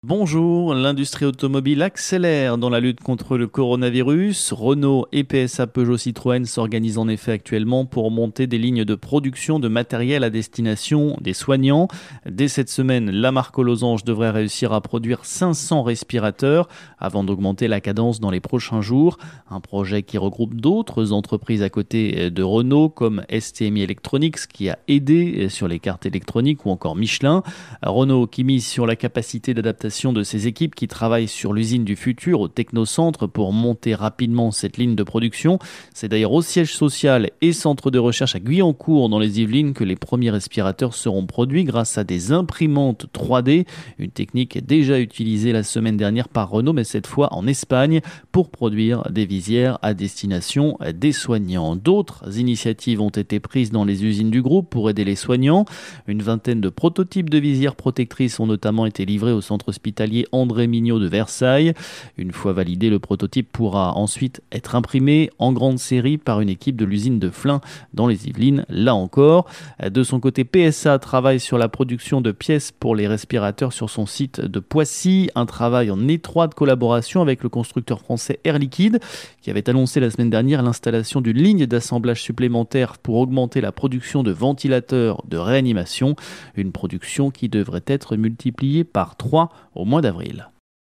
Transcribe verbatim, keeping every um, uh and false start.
Bonjour, l'industrie automobile accélère dans la lutte contre le coronavirus. Renault et P S A Peugeot Citroën s'organisent en effet actuellement pour monter des lignes de production de matériel à destination des soignants. Dès cette semaine, la marque aux losanges devrait réussir à produire cinq cents respirateurs avant d'augmenter la cadence dans les prochains jours. Un projet qui regroupe d'autres entreprises à côté de Renault comme S T M I Electronics qui a aidé sur les cartes électroniques ou encore Michelin. Renault qui mise sur la capacité d'adaptation de ses équipes qui travaillent sur l'usine du futur au Technocentre pour monter rapidement cette ligne de production. C'est d'ailleurs au siège social et centre de recherche à Guyancourt dans les Yvelines que les premiers respirateurs seront produits grâce à des imprimantes trois D, une technique déjà utilisée la semaine dernière par Renault mais cette fois en Espagne pour produire des visières à destination des soignants. D'autres initiatives ont été prises dans les usines du groupe pour aider les soignants. Une vingtaine de prototypes de visières protectrices ont notamment été livrés au centre hospitalier André Mignot de Versailles. Une fois validé, le prototype pourra ensuite être imprimé en grande série par une équipe de l'usine de Flins dans les Yvelines, là encore. De son côté, P S A travaille sur la production de pièces pour les respirateurs sur son site de Poissy, un travail en étroite collaboration avec le constructeur français Air Liquide, qui avait annoncé la semaine dernière l'installation d'une ligne d'assemblage supplémentaire pour augmenter la production de ventilateurs de réanimation, une production qui devrait être multipliée par trois au mois d'avril.